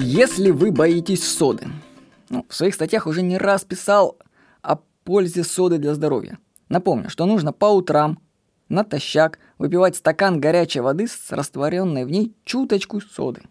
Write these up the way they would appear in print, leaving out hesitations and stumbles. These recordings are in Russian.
Если вы боитесь соды, в своих статьях уже не раз писал о пользе соды для здоровья. Напомню, что нужно по утрам натощак выпивать стакан горячей воды с растворенной в ней чуточку соды.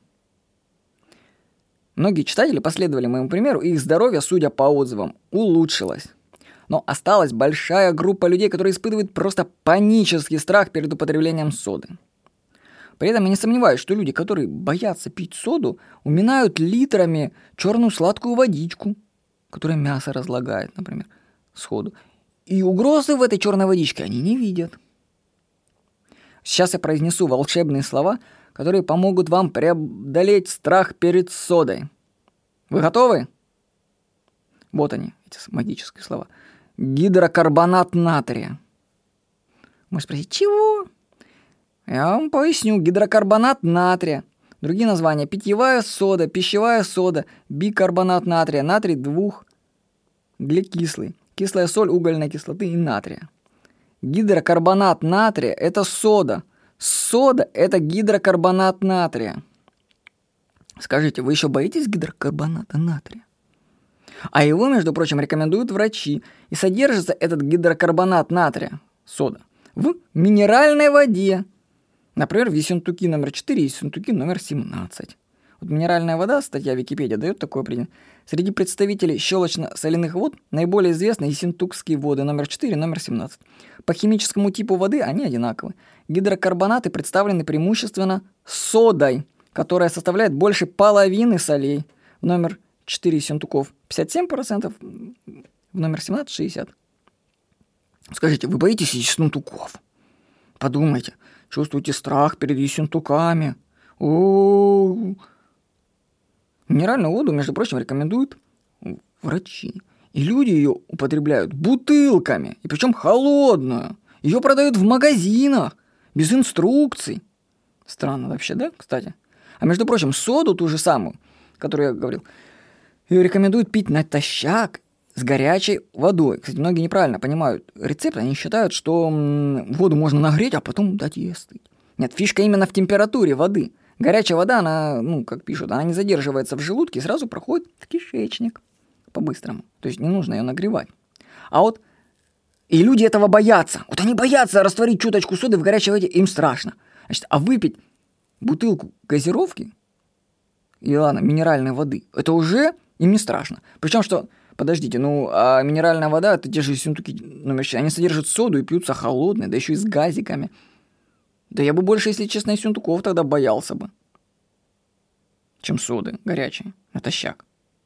Многие читатели последовали моему примеру, и их здоровье, судя по отзывам, улучшилось. Но осталась большая группа людей, которые испытывают просто панический страх перед употреблением соды. При этом я не сомневаюсь, что люди, которые боятся пить соду, уминают литрами черную сладкую водичку, которая мясо разлагает, например, сходу. И угрозы в этой черной водичке они не видят. Сейчас я произнесу волшебные слова, которые помогут вам преодолеть страх перед содой. Вы готовы? Вот они, эти магические слова. Гидрокарбонат натрия. Можно спросить, чего? Я вам поясню. Гидрокарбонат натрия. Другие названия: питьевая сода, пищевая сода, бикарбонат натрия, натрий двухгликислый, кислая соль угольной кислоты и натрия. Гидрокарбонат натрия – это сода. Сода – это гидрокарбонат натрия. Скажите, вы еще боитесь гидрокарбоната натрия? А его, между прочим, рекомендуют врачи. И содержится этот гидрокарбонат натрия, сода, в минеральной воде. Например, в Ессентуки номер 4 и Ессентуки номер 17. Вот минеральная вода, статья Википедия, дает такое определение. Среди представителей щелочно-соляных вод наиболее известны ессентукские воды номер 4 и номер 17. По химическому типу воды они одинаковы. Гидрокарбонаты представлены преимущественно содой, которая составляет больше половины солей. В номер 4 ессентуков 57%, в номер 17 60%. Скажите, вы боитесь ессентуков? Подумайте, чувствуете страх перед ессентуками? Минеральную воду, между прочим, рекомендуют врачи. И люди ее употребляют бутылками, и причем холодную. Ее продают в магазинах, без инструкций. Странно вообще, да, кстати? А между прочим, соду ту же самую, которую я говорил, ее рекомендуют пить натощак с горячей водой. Кстати, многие неправильно понимают рецепт. Они считают, что воду можно нагреть, а потом дать ей остыть. Нет, фишка именно в температуре воды. Горячая вода, она, как пишут, она не задерживается в желудке и сразу проходит в кишечник по-быстрому. То есть не нужно ее нагревать. И люди этого боятся. Вот они боятся растворить чуточку соды в горячей воде, им страшно. Значит, а выпить бутылку газировки и, минеральной воды, это уже им не страшно. Причем, что, подождите, а минеральная вода, это те же ессентуки номер 4, они содержат соду и пьются холодные, да еще и с газиками. Да я бы больше, если честно, ессентуков тогда боялся бы, чем соды горячие, натощак.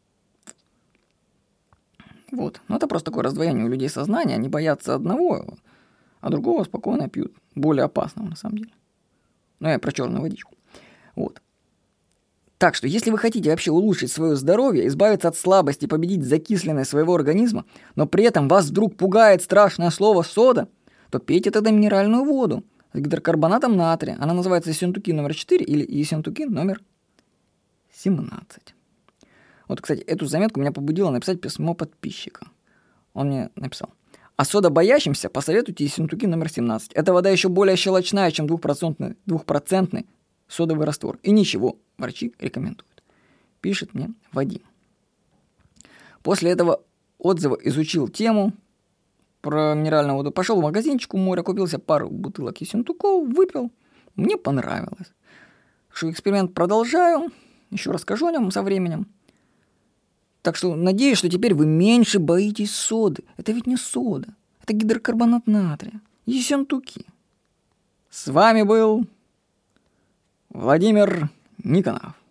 Вот. Это просто такое раздвоение у людей сознания. Они боятся одного, а другого спокойно пьют. Более опасного, на самом деле. Я про черную водичку. Вот. Так что, если вы хотите вообще улучшить свое здоровье, избавиться от слабости, победить закисленность своего организма, но при этом вас вдруг пугает страшное слово «сода», то пейте тогда минеральную воду с гидрокарбонатом натрия. Она называется Ессентуки номер 4 или Ессентуки номер 17. Вот, кстати, эту заметку меня побудило написать письмо подписчика. Он мне написал: а сода боящимся посоветуйте Ессентуки номер 17. Эта вода еще более щелочная, чем 2% содовый раствор. И ничего, врачи рекомендуют. Пишет мне Вадим. После этого отзыва изучил тему про минеральную воду. Пошел в магазинчик у моря, купил себе пару бутылок Ессентуков, выпил. Мне понравилось. Что эксперимент продолжаю. Еще расскажу о нем со временем. Так что надеюсь, что теперь вы меньше боитесь соды. Это ведь не сода. Это гидрокарбонат натрия. Ессентуки. С вами был Владимир Никонов.